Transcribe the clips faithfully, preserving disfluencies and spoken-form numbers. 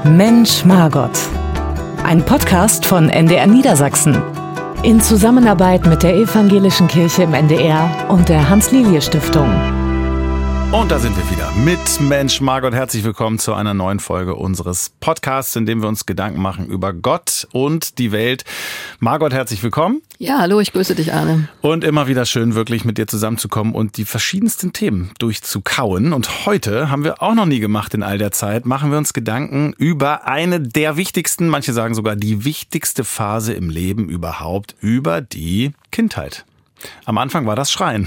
Mensch Margot. Ein Podcast von N D R Niedersachsen. In Zusammenarbeit mit der Evangelischen Kirche im N D R und der Hans-Lilie-Stiftung. Und da sind wir wieder mit Mensch Margot. Herzlich willkommen zu einer neuen Folge unseres Podcasts, in dem wir uns Gedanken machen über Gott und die Welt. Margot, herzlich willkommen. Ja, hallo, ich grüße dich, Arne. Und immer wieder schön, wirklich mit dir zusammenzukommen und die verschiedensten Themen durchzukauen. Und heute haben wir auch noch nie gemacht in all der Zeit, machen wir uns Gedanken über eine der wichtigsten, manche sagen sogar die wichtigste Phase im Leben überhaupt, über die Kindheit. Am Anfang war das Schreien.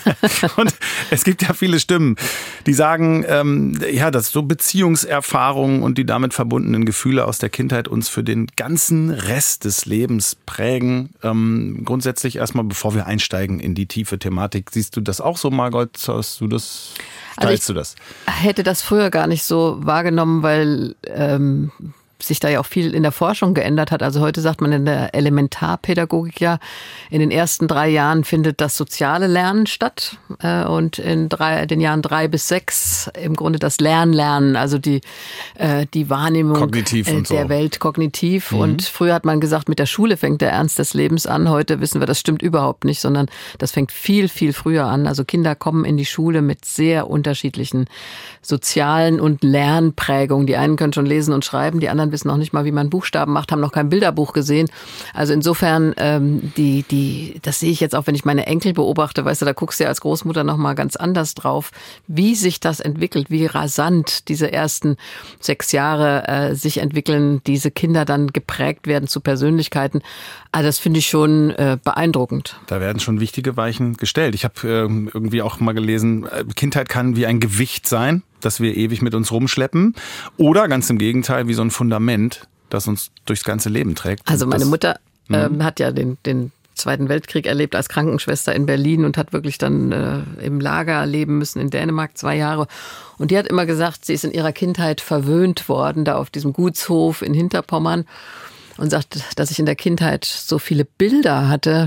Und es gibt ja viele Stimmen, die sagen, ähm, ja, dass so Beziehungserfahrungen und die damit verbundenen Gefühle aus der Kindheit uns für den ganzen Rest des Lebens prägen. Ähm, grundsätzlich erstmal, bevor wir einsteigen in die tiefe Thematik, siehst du das auch so, Margot? Hast du das? Teilst also ich du das? Hätte das früher gar nicht so wahrgenommen, weil ähm, sich da ja auch viel in der Forschung geändert hat. Also heute sagt man in der Elementarpädagogik ja, in den ersten drei Jahren findet das soziale Lernen statt äh, und in drei, den Jahren drei bis sechs im Grunde das Lernlernen, also die, äh, die Wahrnehmung kognitiv und der so. Welt kognitiv. Mhm. Und früher hat man gesagt, mit der Schule fängt der Ernst des Lebens an. Heute wissen wir, das stimmt überhaupt nicht, sondern das fängt viel, viel früher an. Also Kinder kommen in die Schule mit sehr unterschiedlichen sozialen und Lernprägungen. Die einen können schon lesen und schreiben, die anderen wissen noch nicht mal, wie man Buchstaben macht, haben noch kein Bilderbuch gesehen. Also insofern, ähm, die, die, das sehe ich jetzt auch, wenn ich meine Enkel beobachte, weißt du, da guckst du ja als Großmutter noch mal ganz anders drauf, wie sich das entwickelt, wie rasant diese ersten sechs Jahre äh, sich entwickeln, diese Kinder dann geprägt werden zu Persönlichkeiten. Also das finde ich schon äh, beeindruckend. Da werden schon wichtige Weichen gestellt. Ich habe äh, irgendwie auch mal gelesen, Kindheit kann wie ein Gewicht sein, das wir ewig mit uns rumschleppen. Oder ganz im Gegenteil, wie so ein Fundament, das uns durchs ganze Leben trägt. Also meine das, Mutter ähm, hat ja den, den Zweiten Weltkrieg erlebt als Krankenschwester in Berlin und hat wirklich dann äh, im Lager leben müssen in Dänemark zwei Jahre. Und die hat immer gesagt, sie ist in ihrer Kindheit verwöhnt worden, da auf diesem Gutshof in Hinterpommern. Und sagt, dass ich in der Kindheit so viele Bilder hatte.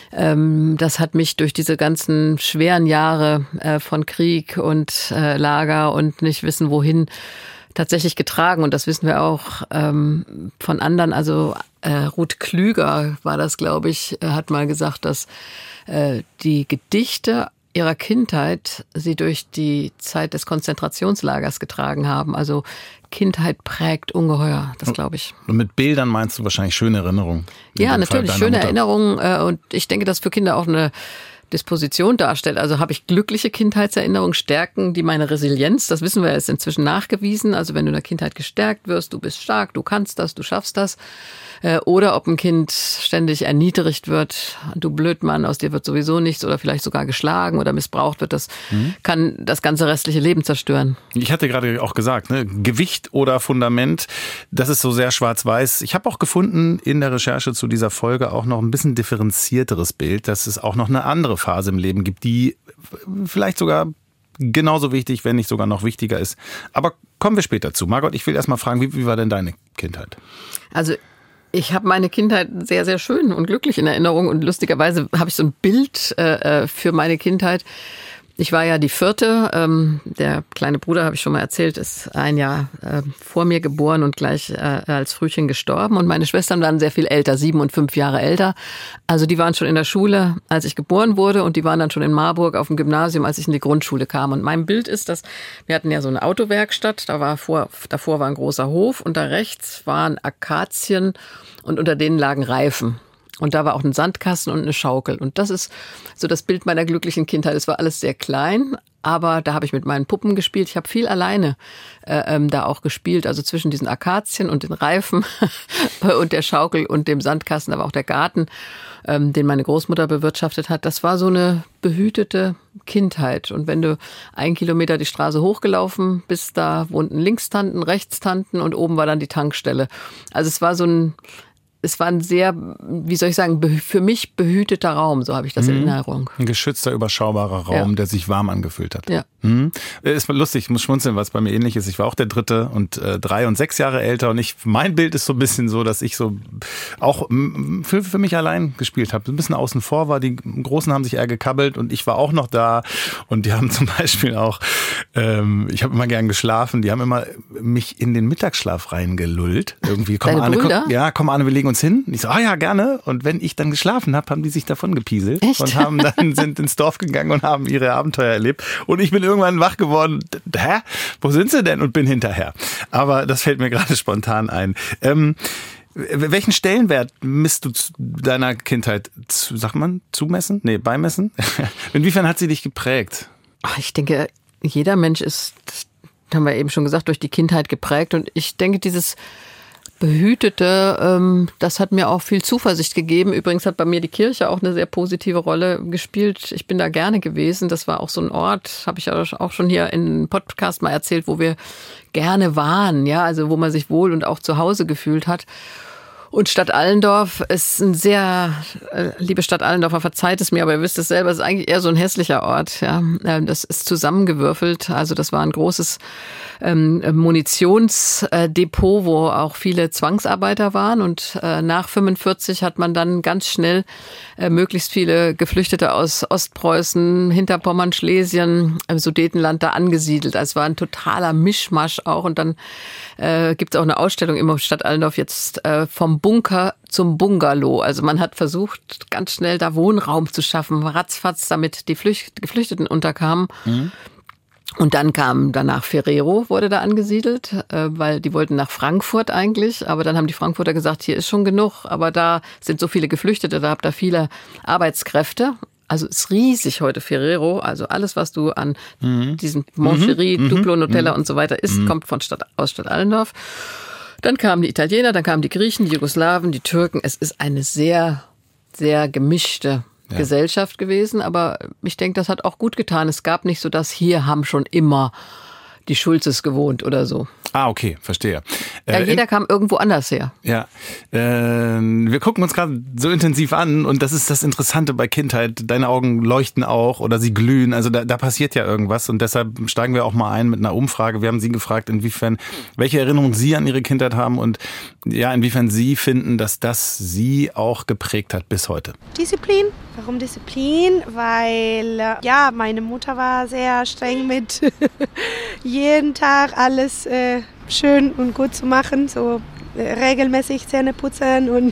Ähm, das hat mich durch diese ganzen schweren Jahre äh, von Krieg und äh, Lager und nicht wissen wohin tatsächlich getragen. Und das wissen wir auch ähm, von anderen. Also äh, Ruth Klüger war das, glaube ich, hat mal gesagt, dass äh, die Gedichte ihrer Kindheit sie durch die Zeit des Konzentrationslagers getragen haben. Also Kindheit prägt ungeheuer, das glaube ich. Und mit Bildern meinst du wahrscheinlich schöne Erinnerungen? Ja, natürlich, schöne Erinnerungen. Und ich denke, dass für Kinder auch eine Disposition darstellt. Also habe ich glückliche Kindheitserinnerungen, stärken die meine Resilienz. Das wissen wir jetzt inzwischen nachgewiesen. Also wenn du in der Kindheit gestärkt wirst, du bist stark, du kannst das, du schaffst das. Oder ob ein Kind ständig erniedrigt wird, du Blödmann, aus dir wird sowieso nichts oder vielleicht sogar geschlagen oder missbraucht wird, das mhm. kann das ganze restliche Leben zerstören. Ich hatte gerade auch gesagt, ne, Gewicht oder Fundament, das ist so sehr schwarz-weiß. Ich habe auch gefunden in der Recherche zu dieser Folge auch noch ein bisschen differenzierteres Bild, dass es auch noch eine andere Phase im Leben gibt, die vielleicht sogar genauso wichtig, wenn nicht sogar noch wichtiger ist. Aber kommen wir später zu. Margot, ich will erst mal fragen, wie, wie war denn deine Kindheit? Also ich habe meine Kindheit sehr, sehr schön und glücklich in Erinnerung und lustigerweise habe ich so ein Bild äh, für meine Kindheit. Ich war ja die vierte, ähm, der kleine Bruder, habe ich schon mal erzählt, ist ein Jahr äh, vor mir geboren und gleich äh, als Frühchen gestorben. Und meine Schwestern waren sehr viel älter, sieben und fünf Jahre älter. Also die waren schon in der Schule, als ich geboren wurde und die waren dann schon in Marburg auf dem Gymnasium, als ich in die Grundschule kam. Und mein Bild ist, dass wir hatten ja so eine Autowerkstatt, da war vor, davor war ein großer Hof und da rechts waren Akazien und unter denen lagen Reifen. Und da war auch ein Sandkasten und eine Schaukel. Und das ist so das Bild meiner glücklichen Kindheit. Es war alles sehr klein, aber da habe ich mit meinen Puppen gespielt. Ich habe viel alleine äh, ähm, da auch gespielt. Also zwischen diesen Akazien und den Reifen und der Schaukel und dem Sandkasten. Da war auch der Garten, ähm, den meine Großmutter bewirtschaftet hat. Das war so eine behütete Kindheit. Und wenn du einen Kilometer die Straße hochgelaufen bist, da wohnten Linkstanten, Rechtstanten und oben war dann die Tankstelle. Also es war so ein es war ein sehr, wie soll ich sagen, für mich behüteter Raum, so habe ich das mhm. in Erinnerung. Ein geschützter, überschaubarer Raum, ja. der sich warm angefühlt hat. Ja. Mhm. Ist lustig, ich muss schmunzeln, was bei mir ähnlich ist. Ich war auch der Dritte und äh, drei und sechs Jahre älter und ich, mein Bild ist so ein bisschen so, dass ich so auch für, für mich allein gespielt habe. Ein bisschen außen vor war, die Großen haben sich eher gekabbelt und ich war auch noch da und die haben zum Beispiel auch, ähm, ich habe immer gern geschlafen, die haben immer mich in den Mittagsschlaf reingelullt. Irgendwie, komm Arne, komm, ja, komm Arne, wir legen uns hin. Und ich so, ah ja, gerne. Und wenn ich dann geschlafen habe, haben die sich davon gepieselt. Echt? Und haben dann sind ins Dorf gegangen und haben ihre Abenteuer erlebt. Und ich bin irgendwann wach geworden. Hä? Wo sind sie denn? Und bin hinterher. Aber das fällt mir gerade spontan ein. Ähm, welchen Stellenwert misst du deiner Kindheit, sagt man, zumessen? Nee, beimessen? Inwiefern hat sie dich geprägt? Ich denke, jeder Mensch ist, haben wir eben schon gesagt, durch die Kindheit geprägt. Und ich denke, dieses Behütete, ähm, das hat mir auch viel Zuversicht gegeben. Übrigens hat bei mir die Kirche auch eine sehr positive Rolle gespielt. Ich bin da gerne gewesen. Das war auch so ein Ort, habe ich ja auch schon hier in einem Podcast mal erzählt, wo wir gerne waren, ja, also wo man sich wohl und auch zu Hause gefühlt hat. Und Stadt Allendorf ist ein sehr, äh, liebe Stadt Allendorfer, verzeiht es mir, aber ihr wisst es selber, es ist eigentlich eher so ein hässlicher Ort. Ja, das ist zusammengewürfelt. Also das war ein großes ähm, Munitionsdepot, wo auch viele Zwangsarbeiter waren. Und äh, nach fünfundvierzig hat man dann ganz schnell äh, möglichst viele Geflüchtete aus Ostpreußen, Hinterpommern, Schlesien, im Sudetenland da angesiedelt. Also es war ein totaler Mischmasch auch. Und dann äh, gibt es auch eine Ausstellung im Stadt Allendorf jetzt äh, vom Bunker zum Bungalow. Also man hat versucht, ganz schnell da Wohnraum zu schaffen, ratzfatz, damit die Flücht- Geflüchteten unterkamen. Mhm. Und dann kam danach Ferrero, wurde da angesiedelt, weil die wollten nach Frankfurt eigentlich. Aber dann haben die Frankfurter gesagt, hier ist schon genug. Aber da sind so viele Geflüchtete, da habt ihr viele Arbeitskräfte. Also ist riesig heute Ferrero. Also alles, was du an mhm. diesem Moncherie, mhm. Duplo, Nutella mhm. und so weiter isst, mhm. kommt von Stadt, aus Stadt Allendorf. Dann kamen die Italiener, dann kamen die Griechen, die Jugoslawen, die Türken. Es ist eine sehr, sehr gemischte ja. Gesellschaft gewesen. Aber ich denke, das hat auch gut getan. Es gab nicht so, dass hier haben schon immer die Schulzes gewohnt oder so. Ah, okay, verstehe. Ja, äh, jeder in, kam irgendwo anders her. Ja, äh, wir gucken uns gerade so intensiv an und das ist das Interessante bei Kindheit. Deine Augen leuchten auch oder sie glühen, also da, da passiert ja irgendwas und deshalb steigen wir auch mal ein mit einer Umfrage. Wir haben Sie gefragt, inwiefern, welche Erinnerungen Sie an Ihre Kindheit haben und ja, inwiefern Sie finden, dass das Sie auch geprägt hat bis heute. Disziplin. Warum Disziplin? Weil, ja, meine Mutter war sehr streng mit jeden Tag alles äh, schön und gut zu machen, so äh, regelmäßig Zähne putzen und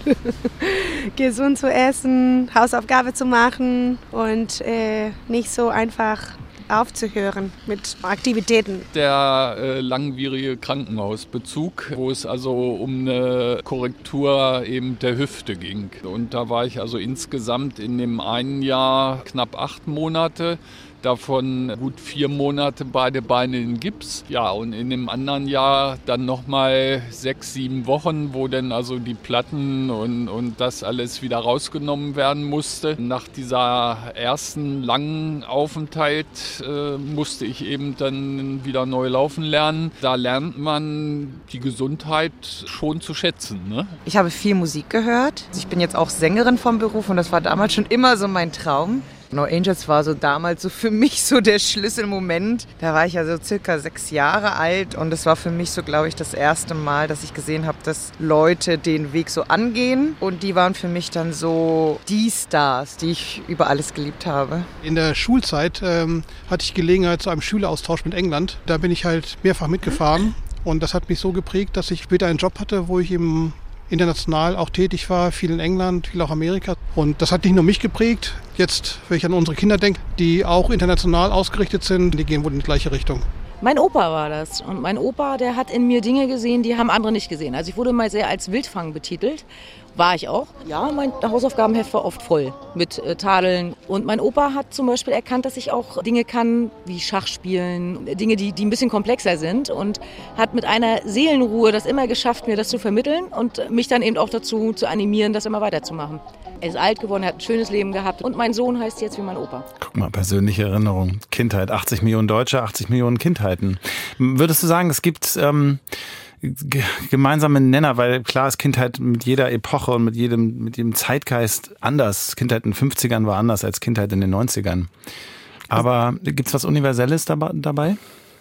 gesund zu essen, Hausaufgabe zu machen und äh, nicht so einfach aufzuhören mit Aktivitäten. Der äh, langwierige Krankenhausbezug, wo es also um eine Korrektur eben der Hüfte ging. Und da war ich also insgesamt in dem einen Jahr knapp acht Monate. Davon gut vier Monate beide Beine in Gips. Ja, und in dem anderen Jahr dann nochmal sechs, sieben Wochen, wo dann also die Platten und, und das alles wieder rausgenommen werden musste. Nach dieser ersten langen Aufenthalt äh, musste ich eben dann wieder neu laufen lernen. Da lernt man die Gesundheit schon zu schätzen, ne? Ich habe viel Musik gehört. Ich bin jetzt auch Sängerin vom Beruf und das war damals schon immer so mein Traum. No Angels war so damals so für mich so der Schlüsselmoment. Da war ich ja so circa sechs Jahre alt und es war für mich so, glaube ich, das erste Mal, dass ich gesehen habe, dass Leute den Weg so angehen. Und die waren für mich dann so die Stars, die ich über alles geliebt habe. In der Schulzeit ähm, hatte ich Gelegenheit zu einem Schüleraustausch mit England. Da bin ich halt mehrfach mitgefahren und das hat mich so geprägt, dass ich später einen Job hatte, wo ich eben international auch tätig war, viel in England, viel auch Amerika. Und das hat nicht nur mich geprägt. Jetzt, wenn ich an unsere Kinder denke, die auch international ausgerichtet sind, die gehen wohl in die gleiche Richtung. Mein Opa war das. Und mein Opa, der hat in mir Dinge gesehen, die haben andere nicht gesehen. Also ich wurde mal sehr als Wildfang betitelt. War ich auch. Ja, mein Hausaufgabenheft war oft voll mit äh, Tadeln. Und mein Opa hat zum Beispiel erkannt, dass ich auch Dinge kann, wie Schach spielen, Dinge, die, die ein bisschen komplexer sind. Und hat mit einer Seelenruhe das immer geschafft, mir das zu vermitteln und mich dann eben auch dazu zu animieren, das immer weiterzumachen. Er ist alt geworden, er hat ein schönes Leben gehabt. Und mein Sohn heißt jetzt wie mein Opa. Guck mal, persönliche Erinnerung. Kindheit, achtzig Millionen Deutsche, achtzig Millionen Kindheiten. Würdest du sagen, es gibt... Ähm g- gemeinsame Nenner, weil klar ist Kindheit mit jeder Epoche und mit jedem, mit jedem Zeitgeist anders. Kindheit in den fünfzigern war anders als Kindheit in den neunzigern. Aber gibt's was Universelles dabei?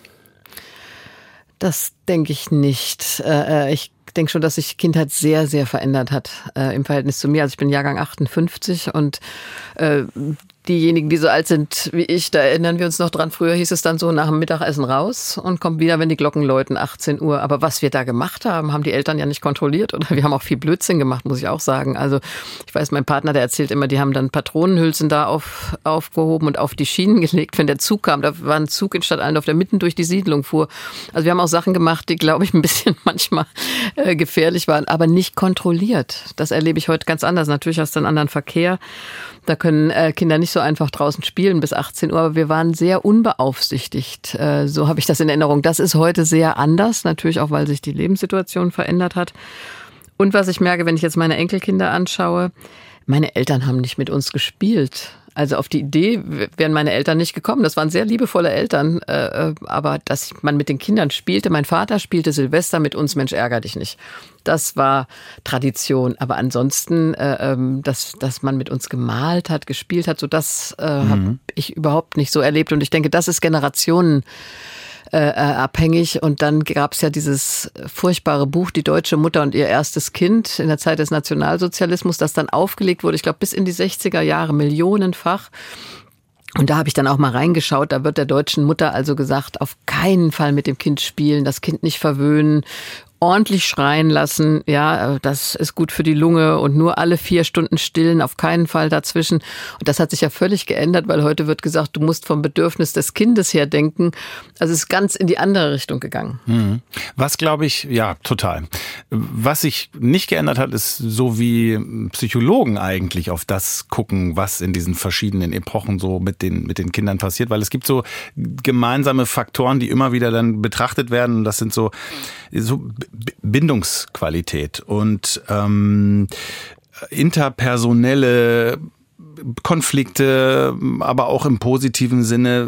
Das denke ich nicht. Äh, ich denke schon, dass sich Kindheit sehr, sehr verändert hat äh, im Verhältnis zu mir. Also ich bin Jahrgang achtundfünfzig und äh, diejenigen, die so alt sind wie ich, da erinnern wir uns noch dran. Früher hieß es dann so, nach dem Mittagessen raus und kommt wieder, wenn die Glocken läuten, achtzehn Uhr. Aber was wir da gemacht haben, haben die Eltern ja nicht kontrolliert. Oder wir haben auch viel Blödsinn gemacht, muss ich auch sagen. Also ich weiß, mein Partner, der erzählt immer, die haben dann Patronenhülsen da auf, aufgehoben und auf die Schienen gelegt, wenn der Zug kam. Da war ein Zug in Stadt Allendorf, der mitten durch die Siedlung fuhr. Also wir haben auch Sachen gemacht, die, glaube ich, ein bisschen manchmal äh, gefährlich waren, aber nicht kontrolliert. Das erlebe ich heute ganz anders. Natürlich hast du einen anderen Verkehr. Da können äh, Kinder nicht so einfach draußen spielen bis achtzehn Uhr, aber wir waren sehr unbeaufsichtigt. Äh, so habe ich das in Erinnerung. Das ist heute sehr anders, natürlich auch, weil sich die Lebenssituation verändert hat. Und was ich merke, wenn ich jetzt meine Enkelkinder anschaue, meine Eltern haben nicht mit uns gespielt. Also auf die Idee wären meine Eltern nicht gekommen. Das waren sehr liebevolle Eltern, äh, aber dass man mit den Kindern spielte. Mein Vater spielte Silvester mit uns, Mensch, ärger dich nicht. Das war Tradition. Aber ansonsten, äh, dass, dass man mit uns gemalt hat, gespielt hat, so das äh, mhm. habe ich überhaupt nicht so erlebt. Und ich denke, das ist Generationen Äh, abhängig. Und dann gab es ja dieses furchtbare Buch, Die deutsche Mutter und ihr erstes Kind in der Zeit des Nationalsozialismus, das dann aufgelegt wurde, ich glaube bis in die sechziger Jahre, millionenfach. Und da habe ich dann auch mal reingeschaut, da wird der deutschen Mutter also gesagt, auf keinen Fall mit dem Kind spielen, das Kind nicht verwöhnen, ordentlich schreien lassen, ja, das ist gut für die Lunge und nur alle vier Stunden stillen, auf keinen Fall dazwischen. Und das hat sich ja völlig geändert, weil heute wird gesagt, du musst vom Bedürfnis des Kindes her denken. Also es ist ganz in die andere Richtung gegangen. Mhm. Was glaube ich, ja, total. Was sich nicht geändert hat, ist so wie Psychologen eigentlich auf das gucken, was in diesen verschiedenen Epochen so mit den, mit den Kindern passiert, weil es gibt so gemeinsame Faktoren, die immer wieder dann betrachtet werden. Und das sind so, so Bindungsqualität und ähm, interpersonelle Konflikte, aber auch im positiven Sinne,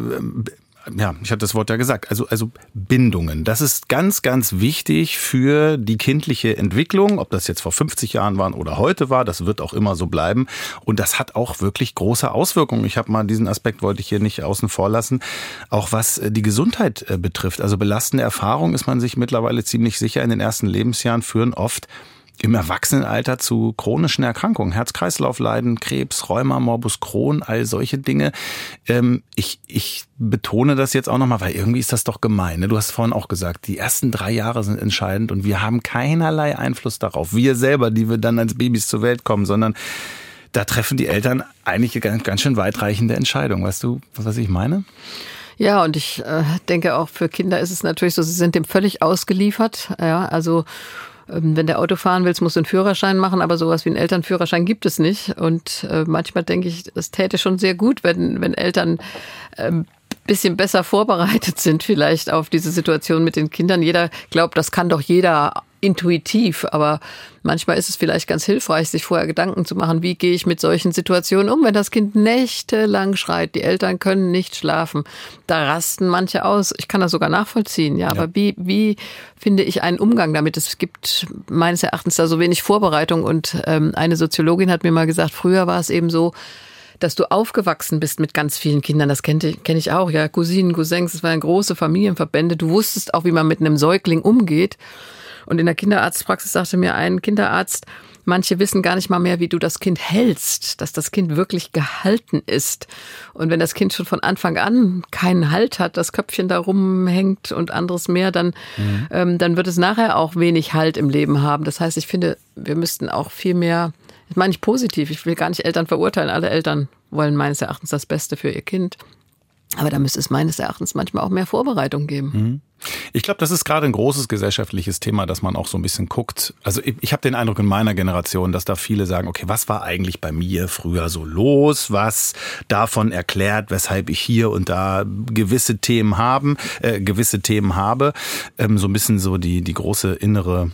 ja, ich hatte das Wort ja gesagt, also, also Bindungen. Das ist ganz, ganz wichtig für die kindliche Entwicklung, ob das jetzt vor fünfzig Jahren waren oder heute war, das wird auch immer so bleiben. Und das hat auch wirklich große Auswirkungen. Ich habe mal diesen Aspekt, wollte ich hier nicht außen vor lassen, auch was die Gesundheit betrifft. Also belastende Erfahrungen ist man sich mittlerweile ziemlich sicher in den ersten Lebensjahren führen oft im Erwachsenenalter zu chronischen Erkrankungen, Herz-Kreislauf-Leiden, Krebs, Rheuma, Morbus Crohn, all solche Dinge. Ähm, ich, ich betone das jetzt auch nochmal, weil irgendwie ist das doch gemein. Ne? Du hast vorhin auch gesagt, die ersten drei Jahre sind entscheidend und wir haben keinerlei Einfluss darauf. Wir selber, die wir dann als Babys zur Welt kommen, sondern da treffen die Eltern eigentlich ganz, ganz schön weitreichende Entscheidungen. Weißt du, was ich meine? Ja, und ich äh, denke auch für Kinder ist es natürlich so, sie sind dem völlig ausgeliefert. Ja, also wenn der Auto fahren willst, musst du einen Führerschein machen, aber sowas wie einen Elternführerschein gibt es nicht. Und äh, manchmal denke ich, es täte schon sehr gut, wenn, wenn Eltern ein äh, bisschen besser vorbereitet sind vielleicht auf diese Situation mit den Kindern. Jeder glaubt, das kann doch jeder intuitiv, aber manchmal ist es vielleicht ganz hilfreich, sich vorher Gedanken zu machen, wie gehe ich mit solchen Situationen um, wenn das Kind nächtelang schreit, die Eltern können nicht schlafen, da rasten manche aus. Ich kann das sogar nachvollziehen, ja, ja. Aber wie, wie finde ich einen Umgang damit? Es gibt meines Erachtens da so wenig Vorbereitung und ähm, eine Soziologin hat mir mal gesagt, früher war es eben so, dass du aufgewachsen bist mit ganz vielen Kindern, das kenne kenn ich auch, ja, Cousinen, Cousins, es waren große Familienverbände, du wusstest auch, wie man mit einem Säugling umgeht. Und in der Kinderarztpraxis sagte mir ein Kinderarzt, manche wissen gar nicht mal mehr, wie du das Kind hältst, dass das Kind wirklich gehalten ist. Und wenn das Kind schon von Anfang an keinen Halt hat, das Köpfchen da rumhängt und anderes mehr, dann, mhm. ähm, dann wird es nachher auch wenig Halt im Leben haben. Das heißt, ich finde, wir müssten auch viel mehr, das meine ich positiv, ich will gar nicht Eltern verurteilen, alle Eltern wollen meines Erachtens das Beste für ihr Kind. Aber da müsste es meines Erachtens manchmal auch mehr Vorbereitung geben. Ich glaube, das ist gerade ein großes gesellschaftliches Thema, dass man auch so ein bisschen guckt. Also ich, ich habe den Eindruck in meiner Generation, dass da viele sagen, okay, was war eigentlich bei mir früher so los? Was davon erklärt, weshalb ich hier und da gewisse Themen haben, äh, gewisse Themen habe. Ähm, so ein bisschen so die die große innere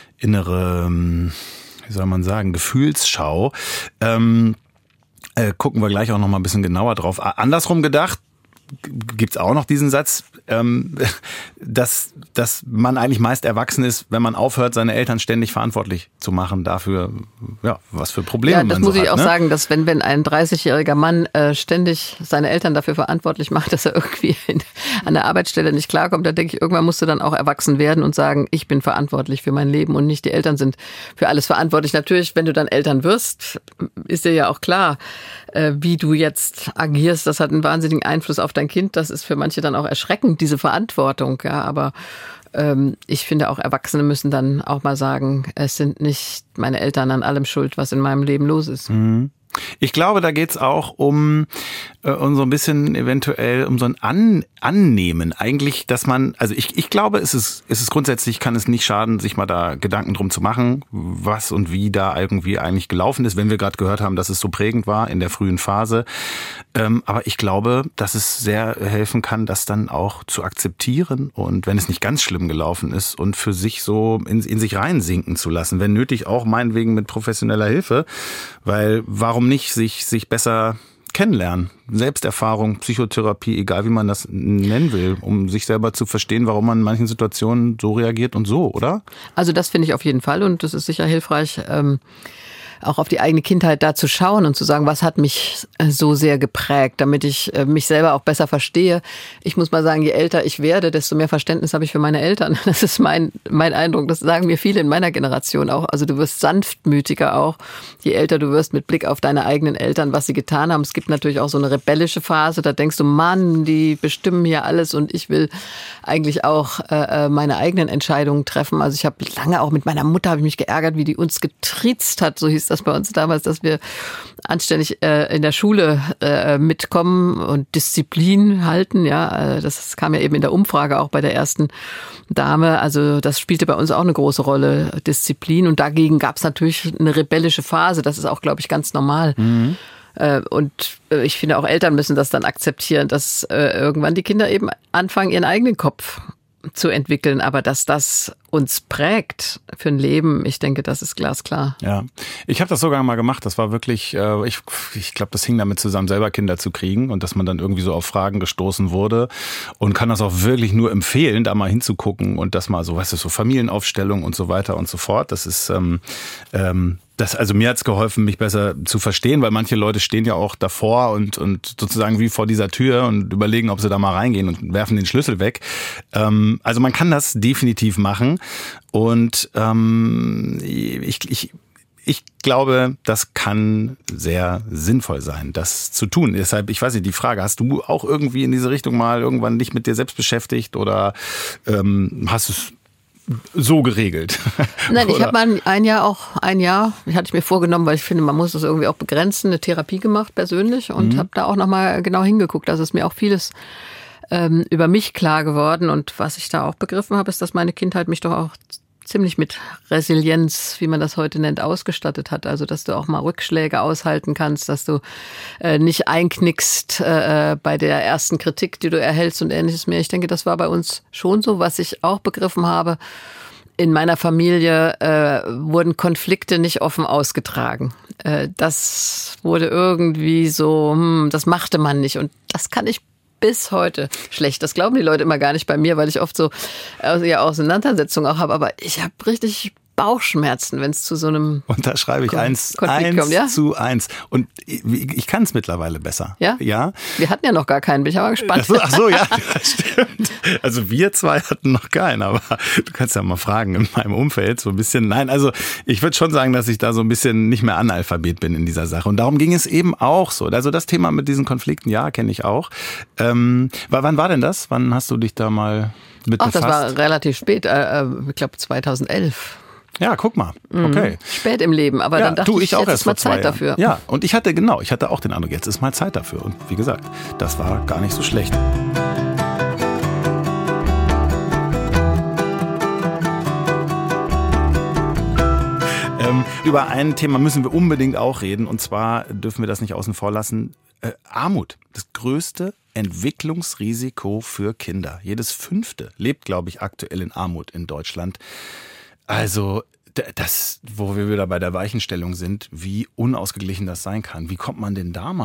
innere, wie soll man sagen, Gefühlsschau. Ähm, äh, gucken wir gleich auch noch mal ein bisschen genauer drauf. Andersrum gedacht. gibt's auch noch diesen Satz, ähm, dass, dass man eigentlich meist erwachsen ist, wenn man aufhört, seine Eltern ständig verantwortlich zu machen dafür, ja, was für Probleme man so hat. Ja, das muss ich auch ne? sagen, dass wenn, wenn ein dreißigjähriger Mann äh, ständig seine Eltern dafür verantwortlich macht, dass er irgendwie in, an der Arbeitsstelle nicht klarkommt, dann denke ich, irgendwann musst du dann auch erwachsen werden und sagen, ich bin verantwortlich für mein Leben und nicht die Eltern sind für alles verantwortlich. Natürlich, wenn du dann Eltern wirst, ist dir ja auch klar, äh, wie du jetzt agierst. Das hat einen wahnsinnigen Einfluss auf dein Kind. Das ist für manche dann auch erschreckend, diese Verantwortung. Ja, aber ähm, ich finde auch Erwachsene müssen dann auch mal sagen, es sind nicht meine Eltern an allem schuld, was in meinem Leben los ist. Mhm. Ich glaube, da geht's auch um, äh, um so ein bisschen eventuell um so ein An- Annehmen. Eigentlich, dass man, also ich, ich glaube, es ist, es ist grundsätzlich, kann es nicht schaden, sich mal da Gedanken drum zu machen, was und wie da irgendwie eigentlich gelaufen ist, wenn wir gerade gehört haben, dass es so prägend war in der frühen Phase. Ähm, aber ich glaube, dass es sehr helfen kann, das dann auch zu akzeptieren und wenn es nicht ganz schlimm gelaufen ist und für sich so in, in sich reinsinken zu lassen. Wenn nötig auch meinetwegen mit professioneller Hilfe, weil warum nicht sich, sich besser kennenlernen. Selbsterfahrung, Psychotherapie, egal wie man das nennen will, um sich selber zu verstehen, warum man in manchen Situationen so reagiert und so, oder? Also das finde ich auf jeden Fall und das ist sicher hilfreich, ähm auch auf die eigene Kindheit da zu schauen und zu sagen, was hat mich so sehr geprägt, damit ich mich selber auch besser verstehe. Ich muss mal sagen, je älter ich werde, desto mehr Verständnis habe ich für meine Eltern. Das ist mein mein Eindruck. Das sagen mir viele in meiner Generation auch. Also du wirst sanftmütiger auch, je älter du wirst mit Blick auf deine eigenen Eltern, was sie getan haben. Es gibt natürlich auch so eine rebellische Phase. Da denkst du, Mann, die bestimmen hier alles und ich will eigentlich auch äh, meine eigenen Entscheidungen treffen. Also ich habe lange auch mit meiner Mutter habe ich mich geärgert, wie die uns getriezt hat, so hieß das bei uns damals, dass wir anständig äh, in der Schule äh, mitkommen und Disziplin halten. Ja, das kam ja eben in der Umfrage auch bei der ersten Dame. Also das spielte bei uns auch eine große Rolle, Disziplin. Und dagegen gab es natürlich eine rebellische Phase. Das ist auch, glaube ich, ganz normal. Mhm. Äh, und ich finde auch Eltern müssen das dann akzeptieren, dass äh, irgendwann die Kinder eben anfangen, ihren eigenen Kopf zu entwickeln, aber dass das uns prägt für ein Leben, ich denke, das ist glasklar. Ja, ich habe das sogar mal gemacht, das war wirklich, äh, ich, ich glaube, das hing damit zusammen, selber Kinder zu kriegen und dass man dann irgendwie so auf Fragen gestoßen wurde und kann das auch wirklich nur empfehlen, da mal hinzugucken und das mal so, weißt du, so Familienaufstellung und so weiter und so fort, das ist ähm, ähm, Das, also mir hat's geholfen, mich besser zu verstehen, weil manche Leute stehen ja auch davor und, und sozusagen wie vor dieser Tür und überlegen, ob sie da mal reingehen und werfen den Schlüssel weg. Ähm, also man kann das definitiv machen und ähm, ich, ich, ich glaube, das kann sehr sinnvoll sein, das zu tun. Deshalb, ich weiß nicht, die Frage, hast du auch irgendwie in diese Richtung mal irgendwann dich mit dir selbst beschäftigt oder ähm, hast du es so geregelt? Nein, ich habe mal ein Jahr auch, ein Jahr, hatte ich mir vorgenommen, weil ich finde, man muss das irgendwie auch begrenzen, eine Therapie gemacht persönlich und mhm. habe da auch nochmal genau hingeguckt. Also ist mir auch vieles ähm, über mich klar geworden und was ich da auch begriffen habe, ist, dass meine Kindheit mich doch auch ziemlich mit Resilienz, wie man das heute nennt, ausgestattet hat. Also, dass du auch mal Rückschläge aushalten kannst, dass du äh, nicht einknickst äh, bei der ersten Kritik, die du erhältst und ähnliches mehr. Ich denke, das war bei uns schon so. Was ich auch begriffen habe, in meiner Familie äh, wurden Konflikte nicht offen ausgetragen. Äh, das wurde irgendwie so, hm, das machte man nicht. Und das kann ich bis heute schlecht. Das glauben die Leute immer gar nicht bei mir, weil ich oft so also ja, Auseinandersetzungen auch habe. Aber ich habe richtig Bauchschmerzen, wenn es zu so einem Und da schreibe ich Kon- eins, eins kommt, ja? zu eins. Und ich, ich kann es mittlerweile besser. Ja? Ja. Wir hatten ja noch gar keinen, bin ich aber gespannt. Ach so, ach so, ja, das stimmt. Also wir zwei hatten noch keinen, aber du kannst ja mal fragen in meinem Umfeld so ein bisschen. Nein, also ich würde schon sagen, dass ich da so ein bisschen nicht mehr Analphabet bin in dieser Sache. Und darum ging es eben auch so. Also das Thema mit diesen Konflikten, ja, kenne ich auch. Ähm, wann war denn das? Wann hast du dich da mal mit Ach, befasst? Das war relativ spät, äh, ich glaube zweitausendelf. Ja, guck mal. Okay. Mhm. Spät im Leben, aber ja, dann dachte tu, ich, ich, auch jetzt erst ist mal vor Zeit zwei dafür. Jahren. Ja, und ich hatte genau, ich hatte auch den Eindruck, jetzt ist mal Zeit dafür. Und wie gesagt, das war gar nicht so schlecht. Ähm, über ein Thema müssen wir unbedingt auch reden. Und zwar dürfen wir das nicht außen vor lassen. Äh, Armut. Das größte Entwicklungsrisiko für Kinder. Jedes Fünfte lebt, glaube ich, aktuell in Armut in Deutschland. Also das, wo wir wieder bei der Weichenstellung sind, wie unausgeglichen das sein kann. Wie kommt man denn da mal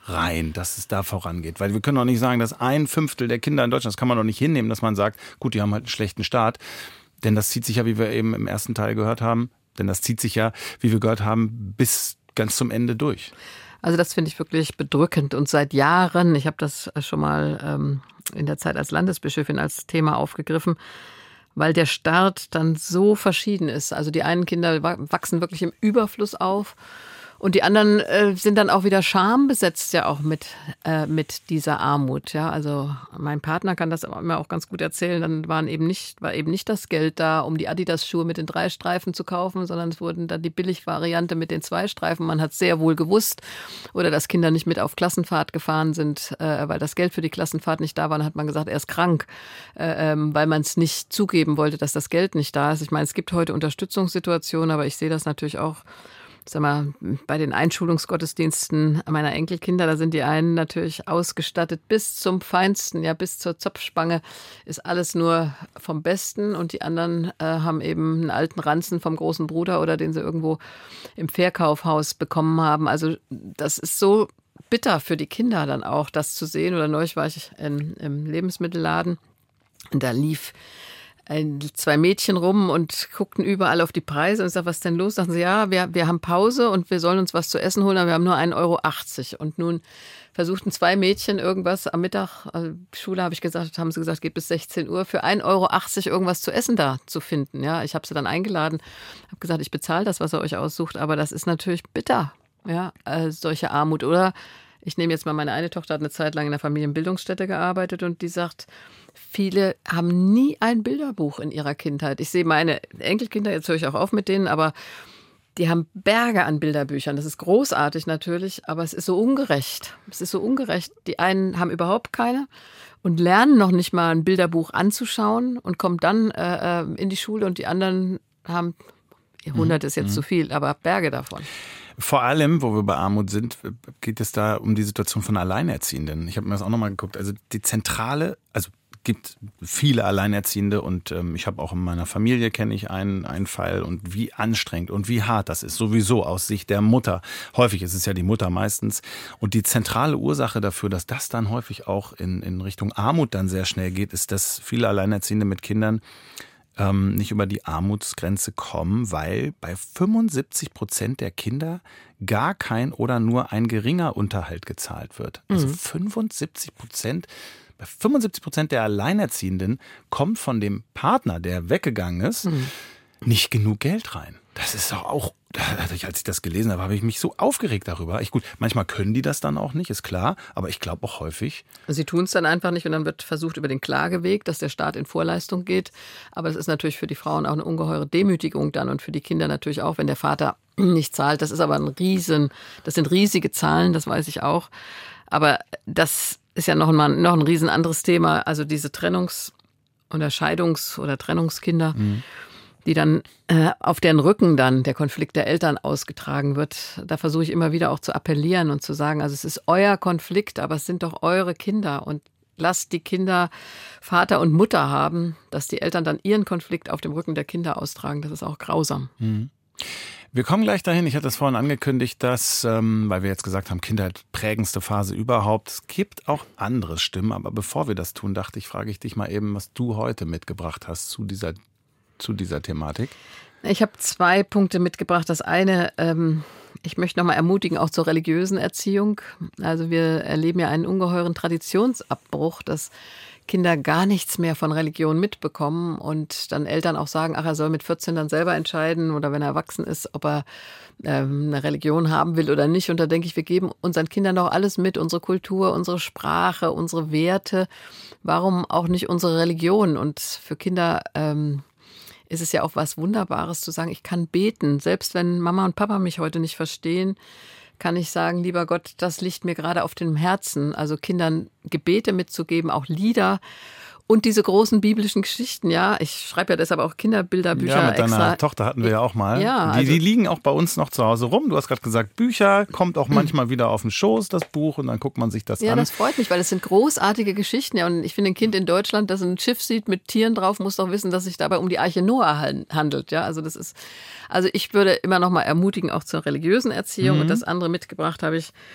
rein, dass es da vorangeht? Weil wir können doch nicht sagen, dass ein Fünftel der Kinder in Deutschland, das kann man doch nicht hinnehmen, dass man sagt, gut, die haben halt einen schlechten Start. Denn das zieht sich ja, wie wir eben im ersten Teil gehört haben, denn das zieht sich ja, wie wir gehört haben, bis ganz zum Ende durch. Also das finde ich wirklich bedrückend und seit Jahren, ich habe das schon mal ähm, in der Zeit als Landesbischöfin als Thema aufgegriffen, weil der Start dann so verschieden ist. Also die einen Kinder wachsen wirklich im Überfluss auf und die anderen äh, sind dann auch wieder schambesetzt ja auch mit, äh, mit dieser Armut. Ja, also mein Partner kann das immer auch ganz gut erzählen. Dann waren eben nicht, war eben nicht das Geld da, um die Adidas-Schuhe mit den drei Streifen zu kaufen, sondern es wurden dann die Billigvariante mit den zwei Streifen. Man hat sehr wohl gewusst, oder dass Kinder nicht mit auf Klassenfahrt gefahren sind, äh, weil das Geld für die Klassenfahrt nicht da war. Dann hat man gesagt, er ist krank, äh, ähm, weil man es nicht zugeben wollte, dass das Geld nicht da ist. Ich meine, es gibt heute Unterstützungssituationen, aber ich sehe das natürlich auch, sag mal, bei den Einschulungsgottesdiensten meiner Enkelkinder, da sind die einen natürlich ausgestattet bis zum Feinsten, ja, bis zur Zopfspange ist alles nur vom Besten und die anderen äh, haben eben einen alten Ranzen vom großen Bruder oder den sie irgendwo im Verkaufhaus bekommen haben. Also das ist so bitter für die Kinder dann auch, das zu sehen. Oder neulich war ich in, im Lebensmittelladen und da lief Ein, zwei Mädchen rum und guckten überall auf die Preise und ich sage, was ist denn los? Sagen sie, ja, wir, wir haben Pause und wir sollen uns was zu essen holen, aber wir haben nur ein Euro achtzig. Und nun versuchten zwei Mädchen irgendwas am Mittag, also Schule habe ich gesagt, haben sie gesagt, geht bis sechzehn Uhr, für ein Euro achtzig irgendwas zu essen da zu finden. Ja, ich habe sie dann eingeladen, habe gesagt, ich bezahle das, was ihr euch aussucht, aber das ist natürlich bitter, ja, äh, solche Armut. Oder ich nehme jetzt mal meine eine Tochter, hat eine Zeit lang in der Familienbildungsstätte gearbeitet und die sagt, viele haben nie ein Bilderbuch in ihrer Kindheit. Ich sehe meine Enkelkinder, jetzt höre ich auch auf mit denen, aber die haben Berge an Bilderbüchern. Das ist großartig natürlich, aber es ist so ungerecht. Es ist so ungerecht. Die einen haben überhaupt keine und lernen noch nicht mal ein Bilderbuch anzuschauen und kommen dann äh, in die Schule und die anderen haben, hundert ist jetzt mhm. zu viel, aber Berge davon. Vor allem, wo wir bei Armut sind, geht es da um die Situation von Alleinerziehenden. Ich habe mir das auch nochmal geguckt. Also die zentrale, also gibt viele Alleinerziehende und ähm, ich habe auch in meiner Familie kenne ich einen, einen Fall und wie anstrengend und wie hart das ist, sowieso aus Sicht der Mutter. Häufig ist es ja die Mutter meistens. Und die zentrale Ursache dafür, dass das dann häufig auch in, in Richtung Armut dann sehr schnell geht, ist, dass viele Alleinerziehende mit Kindern ähm, nicht über die Armutsgrenze kommen, weil bei fünfundsiebzig Prozent der Kinder gar kein oder nur ein geringer Unterhalt gezahlt wird. Also mhm. fünfundsiebzig Prozent Bei fünfundsiebzig Prozent der Alleinerziehenden kommt von dem Partner, der weggegangen ist, mhm. nicht genug Geld rein. Das ist doch auch, als ich das gelesen habe, habe ich mich so aufgeregt darüber. Ich, gut, manchmal können die das dann auch nicht, ist klar, aber ich glaube auch häufig. Sie tun es dann einfach nicht und dann wird versucht über den Klageweg, dass der Staat in Vorleistung geht. Aber das ist natürlich für die Frauen auch eine ungeheure Demütigung dann und für die Kinder natürlich auch, wenn der Vater nicht zahlt. Das ist aber ein Riesen, das sind riesige Zahlen, das weiß ich auch. Aber das ist ja noch ein, noch ein riesen anderes Thema. Also diese Trennungs- oder Scheidungs- oder Trennungskinder, mhm. die dann äh, auf deren Rücken dann der Konflikt der Eltern ausgetragen wird. Da versuche ich immer wieder auch zu appellieren und zu sagen, also es ist euer Konflikt, aber es sind doch eure Kinder und lasst die Kinder Vater und Mutter haben, dass die Eltern dann ihren Konflikt auf dem Rücken der Kinder austragen. Das ist auch grausam. Mhm. Wir kommen gleich dahin. Ich hatte es vorhin angekündigt, dass, ähm, weil wir jetzt gesagt haben, Kindheit prägendste Phase überhaupt. Es gibt auch andere Stimmen, aber bevor wir das tun, dachte ich, frage ich dich mal eben, was du heute mitgebracht hast zu dieser, zu dieser Thematik. Ich habe zwei Punkte mitgebracht. Das eine, ähm, ich möchte nochmal ermutigen, auch zur religiösen Erziehung. Also wir erleben ja einen ungeheuren Traditionsabbruch, dass Kinder gar nichts mehr von Religion mitbekommen und dann Eltern auch sagen, ach, er soll mit vierzehn dann selber entscheiden oder wenn er erwachsen ist, ob er ähm, eine Religion haben will oder nicht. Und da denke ich, wir geben unseren Kindern doch alles mit, unsere Kultur, unsere Sprache, unsere Werte. Warum auch nicht unsere Religion? Und für Kinder ähm, ist es ja auch was Wunderbares zu sagen, ich kann beten, selbst wenn Mama und Papa mich heute nicht verstehen, kann ich sagen, lieber Gott, das liegt mir gerade auf dem Herzen. Also Kindern Gebete mitzugeben, auch Lieder und diese großen biblischen Geschichten. Ja, ich schreibe ja deshalb auch Kinderbilderbücher extra. Ja, mit deiner extra. Tochter hatten wir ja auch mal. Ja, die, also die liegen auch bei uns noch zu Hause rum. Du hast gerade gesagt, Bücher, kommt auch manchmal wieder auf den Schoß, das Buch, und dann guckt man sich das ja, an. Ja, das freut mich, weil es sind großartige Geschichten. Ja, und ich finde, ein Kind in Deutschland, das ein Schiff sieht mit Tieren drauf, muss doch wissen, dass es sich dabei um die Arche Noah handelt. Ja, also das ist, also ich würde immer noch mal ermutigen, auch zur religiösen Erziehung. Mhm. Und das andere mitgebracht habe ich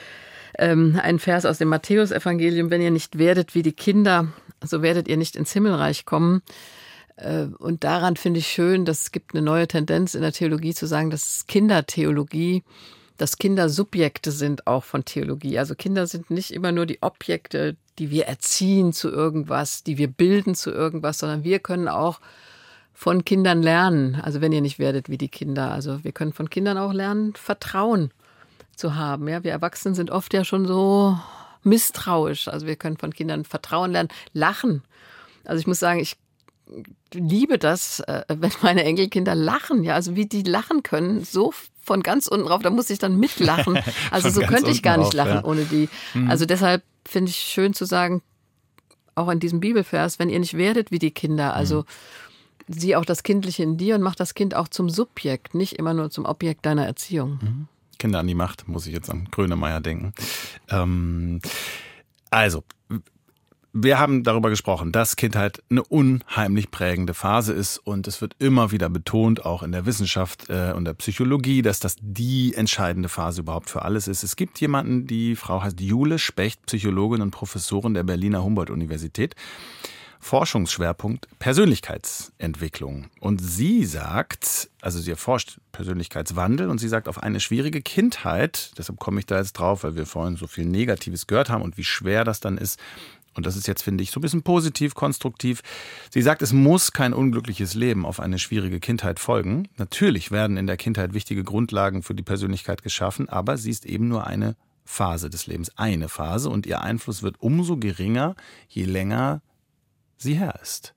ähm, ein Vers aus dem Matthäusevangelium: Wenn ihr nicht werdet wie die Kinder, so werdet ihr nicht ins Himmelreich kommen. Äh, und daran finde ich schön, dass es gibt eine neue Tendenz in der Theologie zu sagen, dass Kindertheologie, dass Kinder Subjekte sind auch von Theologie. Also Kinder sind nicht immer nur die Objekte, die wir erziehen zu irgendwas, die wir bilden zu irgendwas, sondern wir können auch von Kindern lernen. Also wenn ihr nicht werdet wie die Kinder. Also wir können von Kindern auch lernen, Vertrauen zu haben. Ja, wir Erwachsenen sind oft ja schon so misstrauisch. Also wir können von Kindern Vertrauen lernen, lachen. Also ich muss sagen, ich liebe das, wenn meine Enkelkinder lachen. Ja, also wie die lachen können, so von ganz unten drauf, da muss ich dann mitlachen. Also so könnte ich gar nicht lachen ohne die. Also deshalb finde ich schön zu sagen, auch in diesem Bibelvers, wenn ihr nicht werdet wie die Kinder, also sieh auch das Kindliche in dir und mach das Kind auch zum Subjekt, nicht immer nur zum Objekt deiner Erziehung. Mhm. Kinder an die Macht, muss ich jetzt an Grönemeyer denken. Ähm, also, wir haben darüber gesprochen, dass Kindheit eine unheimlich prägende Phase ist und es wird immer wieder betont, auch in der Wissenschaft äh, und der Psychologie, dass das die entscheidende Phase überhaupt für alles ist. Es gibt jemanden, die Frau heißt Jule Specht, Psychologin und Professorin der Berliner Humboldt-Universität. Forschungsschwerpunkt Persönlichkeitsentwicklung. Und sie sagt, also sie erforscht Persönlichkeitswandel und sie sagt, auf eine schwierige Kindheit, deshalb komme ich da jetzt drauf, weil wir vorhin so viel Negatives gehört haben und wie schwer das dann ist. Und das ist jetzt, finde ich, so ein bisschen positiv, konstruktiv. Sie sagt, es muss kein unglückliches Leben auf eine schwierige Kindheit folgen. Natürlich werden in der Kindheit wichtige Grundlagen für die Persönlichkeit geschaffen, aber sie ist eben nur eine Phase des Lebens, eine Phase. Und ihr Einfluss wird umso geringer, je länger sie her ist.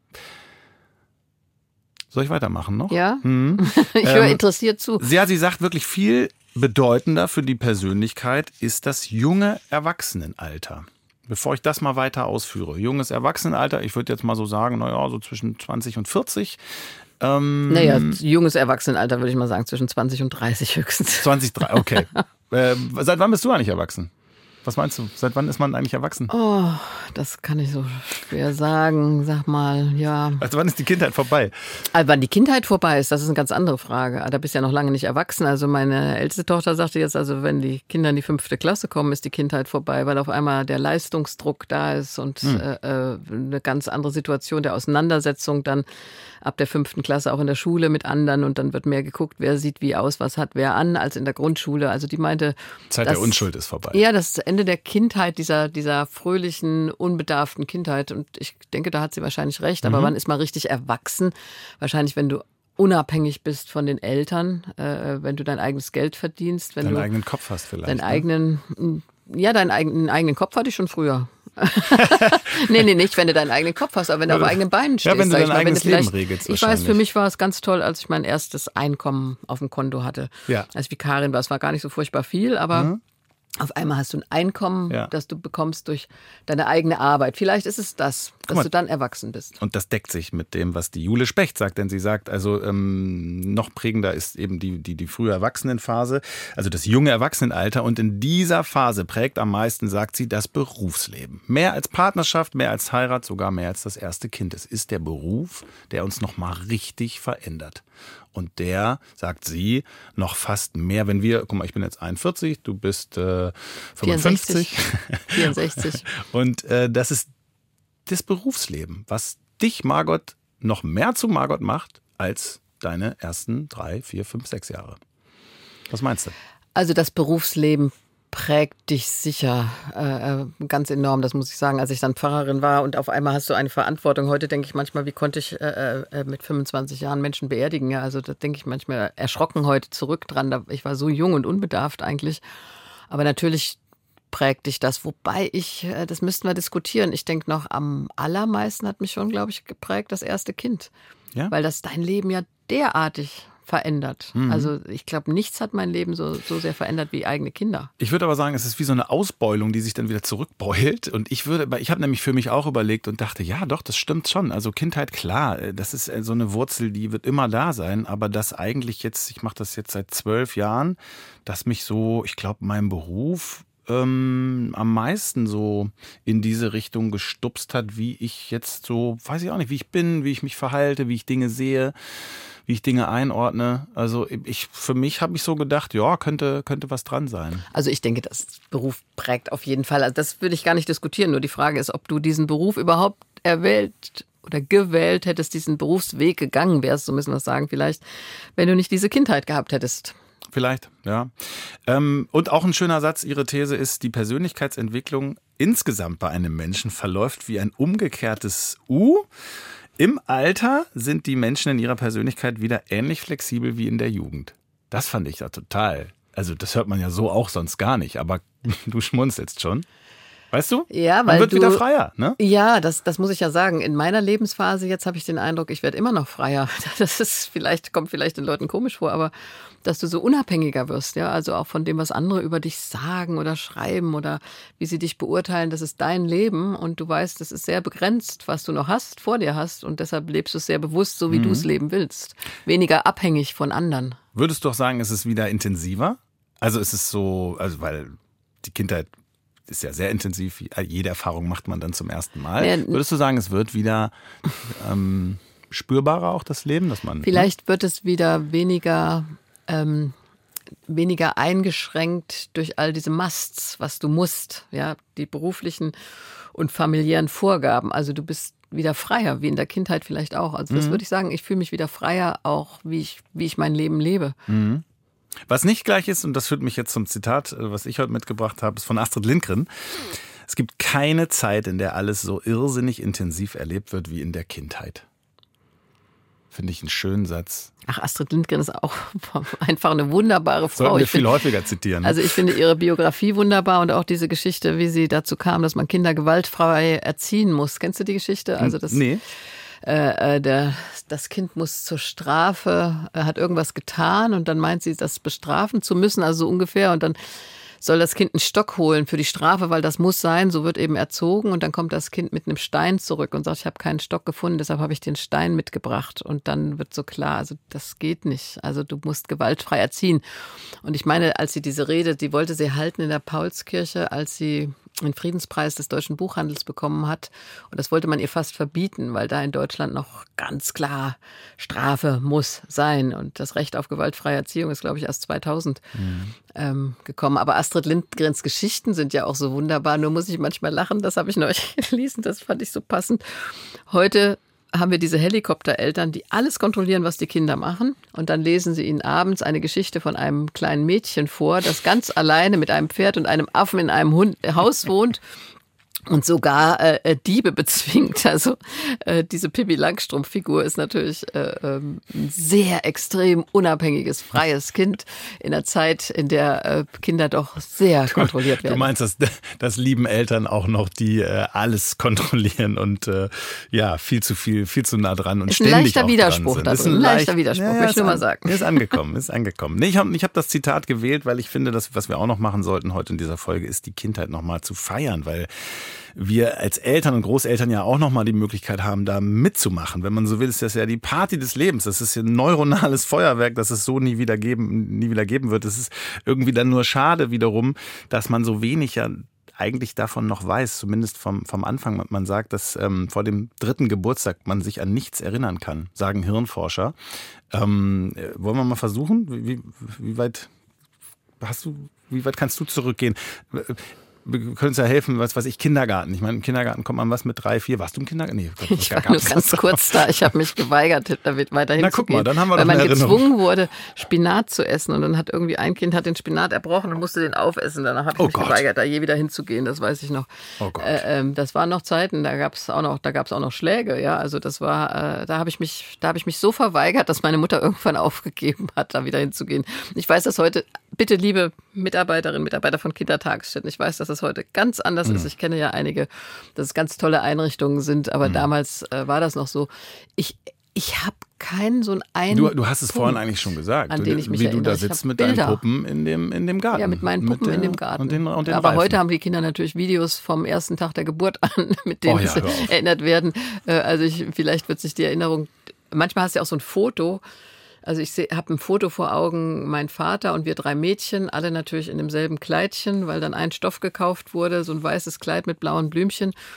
Soll ich weitermachen noch? Ja, hm. ich höre ähm, interessiert zu. Ja, sie sagt wirklich, viel bedeutender für die Persönlichkeit ist das junge Erwachsenenalter. Bevor ich das mal weiter ausführe, junges Erwachsenenalter, ich würde jetzt mal so sagen, naja, so zwischen zwanzig und vierzig. Ähm, naja, junges Erwachsenenalter würde ich mal sagen, zwischen zwanzig und dreißig höchstens. zwanzig, dreißig, okay. äh, seit wann bist du eigentlich erwachsen? Was meinst du? Seit wann ist man eigentlich erwachsen? Oh, das kann ich so schwer sagen. Sag mal, ja. Also wann ist die Kindheit vorbei? Also wann die Kindheit vorbei ist, das ist eine ganz andere Frage. Da bist du ja noch lange nicht erwachsen. Also meine älteste Tochter sagte jetzt, also wenn die Kinder in die fünfte Klasse kommen, ist die Kindheit vorbei, weil auf einmal der Leistungsdruck da ist und hm. äh, eine ganz andere Situation der Auseinandersetzung dann ab der fünften Klasse auch in der Schule mit anderen und dann wird mehr geguckt, wer sieht wie aus, was hat wer an, als in der Grundschule. Also die meinte, Zeit der Unschuld ist vorbei. Ja, das Ende der Kindheit, dieser, dieser fröhlichen, unbedarften Kindheit. Und ich denke, da hat sie wahrscheinlich recht. Aber mhm. wann ist man richtig erwachsen? Wahrscheinlich, wenn du unabhängig bist von den Eltern, äh, wenn du dein eigenes Geld verdienst. Wenn deinen du eigenen Kopf hast vielleicht. Deinen ne? eigenen, ja, deinen eigenen, eigenen Kopf hatte ich schon früher. nee, nee, nicht, wenn du deinen eigenen Kopf hast, aber wenn du auf eigenen Beinen stehst. Ja, wenn du dein mal, eigenes wenn du Leben regelst. Ich weiß, für mich war es ganz toll, als ich mein erstes Einkommen auf dem Konto hatte. Ja. Als Vikarin war es war gar nicht so furchtbar viel, aber mhm. auf einmal hast du ein Einkommen, ja. das du bekommst durch deine eigene Arbeit. Vielleicht ist es das, dass mal, du dann erwachsen bist. Und das deckt sich mit dem, was die Jule Specht sagt. Denn sie sagt, also ähm, noch prägender ist eben die, die, die frühe Erwachsenenphase, also das junge Erwachsenenalter. Und in dieser Phase prägt am meisten, sagt sie, das Berufsleben. Mehr als Partnerschaft, mehr als Heirat, sogar mehr als das erste Kind. Es ist der Beruf, der uns nochmal richtig verändert. Und der, sagt sie, noch fast mehr, wenn wir, guck mal, ich bin jetzt einundvierzig, du bist äh, fünfundfünfzig. vierundsechzig. Und äh, das ist das Berufsleben, was dich, Margot, noch mehr zu Margot macht, als deine ersten drei, vier, fünf, sechs Jahre. Was meinst du? Also das Berufsleben prägt dich sicher äh, ganz enorm, das muss ich sagen, als ich dann Pfarrerin war und auf einmal hast du eine Verantwortung. Heute denke ich manchmal, wie konnte ich äh, äh, mit fünfundzwanzig Jahren Menschen beerdigen? Ja, also da denke ich manchmal erschrocken heute zurück dran. Ich war so jung und unbedarft eigentlich. Aber natürlich prägt dich das. Wobei ich, äh, das müssten wir diskutieren. Ich denke noch, am allermeisten hat mich schon, glaube ich, geprägt das erste Kind. Ja? Weil das dein Leben ja derartig verändert. Mhm. Also ich glaube, nichts hat mein Leben so, so sehr verändert wie eigene Kinder. Ich würde aber sagen, es ist wie so eine Ausbeulung, die sich dann wieder zurückbeult. Und ich würde, ich habe nämlich für mich auch überlegt und dachte, ja doch, das stimmt schon. Also Kindheit, klar, das ist so eine Wurzel, die wird immer da sein. Aber das eigentlich jetzt, ich mache das jetzt seit zwölf Jahren, dass mich so, ich glaube, mein Beruf ähm, am meisten so in diese Richtung gestupst hat, wie ich jetzt so, weiß ich auch nicht, wie ich bin, wie ich mich verhalte, wie ich Dinge sehe. wie ich Dinge einordne. Also ich, für mich habe ich so gedacht, ja, könnte, könnte was dran sein. Also ich denke, das Beruf prägt auf jeden Fall. Also das würde ich gar nicht diskutieren. Nur die Frage ist, ob du diesen Beruf überhaupt erwählt oder gewählt hättest, diesen Berufsweg gegangen wärst, so müssen wir es sagen vielleicht, wenn du nicht diese Kindheit gehabt hättest. Vielleicht, ja. Ähm, und auch ein schöner Satz, Ihre These ist, die Persönlichkeitsentwicklung insgesamt bei einem Menschen verläuft wie ein umgekehrtes U. Im Alter sind die Menschen in ihrer Persönlichkeit wieder ähnlich flexibel wie in der Jugend. Das fand ich ja total. Also das hört man ja so auch sonst gar nicht, aber du schmunzelst schon. Weißt du? Ja, weil man wird du, wieder freier, ne? Ja, das, das muss ich ja sagen. In meiner Lebensphase jetzt habe ich den Eindruck, ich werde immer noch freier. Das ist vielleicht, kommt vielleicht den Leuten komisch vor, aber dass du so unabhängiger wirst, ja, also auch von dem, was andere über dich sagen oder schreiben oder wie sie dich beurteilen, das ist dein Leben und du weißt, das ist sehr begrenzt, was du noch hast, vor dir hast und deshalb lebst du es sehr bewusst, so wie mhm. du es leben willst. Weniger abhängig von anderen. Würdest du auch sagen, ist es wieder intensiver? Also ist es so, also weil die Kindheit ist ja sehr intensiv, jede Erfahrung macht man dann zum ersten Mal. Ja, würdest du sagen, es wird wieder ähm, spürbarer auch das Leben, dass man... Vielleicht hm? wird es wieder weniger... Ähm, weniger eingeschränkt durch all diese Musts, was du musst, ja, die beruflichen und familiären Vorgaben. Also du bist wieder freier, wie in der Kindheit vielleicht auch. Also das mhm. würde ich sagen, ich fühle mich wieder freier, auch wie ich, wie ich mein Leben lebe. Mhm. Was nicht gleich ist, und das führt mich jetzt zum Zitat, was ich heute mitgebracht habe, ist von Astrid Lindgren. Es gibt keine Zeit, in der alles so irrsinnig intensiv erlebt wird wie in der Kindheit. Finde ich einen schönen Satz. Ach, Astrid Lindgren ist auch einfach eine wunderbare Frau. Sollten wir ich viel find, häufiger zitieren. Ne? Also ich finde ihre Biografie wunderbar und auch diese Geschichte, wie sie dazu kam, dass man Kinder gewaltfrei erziehen muss. Kennst du die Geschichte? Also das, nee. Äh, der, das Kind muss zur Strafe, äh, hat irgendwas getan und dann meint sie, das bestrafen zu müssen, also so ungefähr. Und dann soll das Kind einen Stock holen für die Strafe, weil das muss sein, so wird eben erzogen. Und dann kommt das Kind mit einem Stein zurück und sagt, ich habe keinen Stock gefunden, deshalb habe ich den Stein mitgebracht. Und dann wird so klar, also das geht nicht. Also du musst gewaltfrei erziehen. Und ich meine, als sie diese Rede, die wollte sie halten in der Paulskirche, als sie den Friedenspreis des deutschen Buchhandels bekommen hat. Und das wollte man ihr fast verbieten, weil da in Deutschland noch ganz klar Strafe muss sein. Und das Recht auf gewaltfreie Erziehung ist, glaube ich, erst zweitausend mhm. ähm, gekommen. Aber Astrid Lindgrens Geschichten sind ja auch so wunderbar. Nur muss ich manchmal lachen, das habe ich neulich gelesen, das fand ich so passend. Heute haben wir diese Helikoptereltern, die alles kontrollieren, was die Kinder machen. Und dann lesen sie ihnen abends eine Geschichte von einem kleinen Mädchen vor, das ganz alleine mit einem Pferd und einem Affen in einem Hund, Haus wohnt und sogar äh, Diebe bezwingt. Also äh, diese Pippi Langstrumpf-Figur ist natürlich äh, ein sehr extrem unabhängiges, freies Kind in einer Zeit, in der äh, Kinder doch sehr kontrolliert werden. Du meinst, dass, dass lieben Eltern auch noch die äh, alles kontrollieren und äh, ja, viel zu viel, viel zu nah dran und ist ständig ein leichter auch Widerspruch dran sind. Da Ist ein, ein leichter leicht, Widerspruch, ja, ja, möchte ich nur mal an, sagen. Ist angekommen, ist angekommen. Nee, ich habe ich hab das Zitat gewählt, weil ich finde, dass, was wir auch noch machen sollten heute in dieser Folge, ist die Kindheit nochmal zu feiern, weil wir als Eltern und Großeltern ja auch nochmal die Möglichkeit haben, da mitzumachen. Wenn man so will, ist das ja die Party des Lebens. Das ist ein neuronales Feuerwerk, das es so nie wieder geben, nie wieder geben wird. Es ist irgendwie dann nur schade wiederum, dass man so wenig ja eigentlich davon noch weiß, zumindest vom, vom Anfang. Man sagt, dass ähm, vor dem dritten Geburtstag man sich an nichts erinnern kann, sagen Hirnforscher. Ähm, wollen wir mal versuchen? Wie, wie weit hast du, wie weit kannst du zurückgehen? Wir können uns ja helfen, was weiß ich, Kindergarten. Ich meine, im Kindergarten kommt man was mit drei, vier. Warst du im Kindergarten? Nee, Gott, ich war nur ganz kurz da. Ich habe mich geweigert, damit weiterhin Na, zu guck gehen. mal, dann haben wir weil doch eine man Erinnerung. gezwungen wurde, Spinat zu essen. Und dann hat irgendwie ein Kind hat den Spinat erbrochen und musste den aufessen. Danach habe ich oh mich Gott. geweigert, da je wieder hinzugehen. Das weiß ich noch. Oh Gott. Äh, ähm, das waren noch Zeiten, da gab es auch noch, da gab es auch noch Schläge. Ja, also das war, äh, da habe ich mich, da habe ich mich so verweigert, dass meine Mutter irgendwann aufgegeben hat, da wieder hinzugehen. Ich weiß, dass heute, bitte liebe Mitarbeiterinnen, Mitarbeiter von Kindertagesstätten, ich weiß, dass es heute ganz anders das ist. Ich kenne ja einige, dass es ganz tolle Einrichtungen sind, aber mhm. damals äh, war das noch so. Ich, ich habe keinen so einen Du, du hast es Punkt, vorhin eigentlich schon gesagt, an du, den ich mich wie erinnere. du da sitzt mit deinen Puppen in dem, in dem Garten. Ja, mit meinen Puppen mit der, in dem Garten. Und den, und den aber Reifen. heute haben die Kinder natürlich Videos vom ersten Tag der Geburt an, mit denen oh, ja, sie erinnert werden. Also ich, vielleicht wird sich die Erinnerung, manchmal hast du ja auch so ein Foto. Also ich habe ein Foto vor Augen, mein Vater und wir drei Mädchen, alle natürlich in demselben Kleidchen, weil dann ein Stoff gekauft wurde, so ein weißes Kleid mit blauen Blümchen.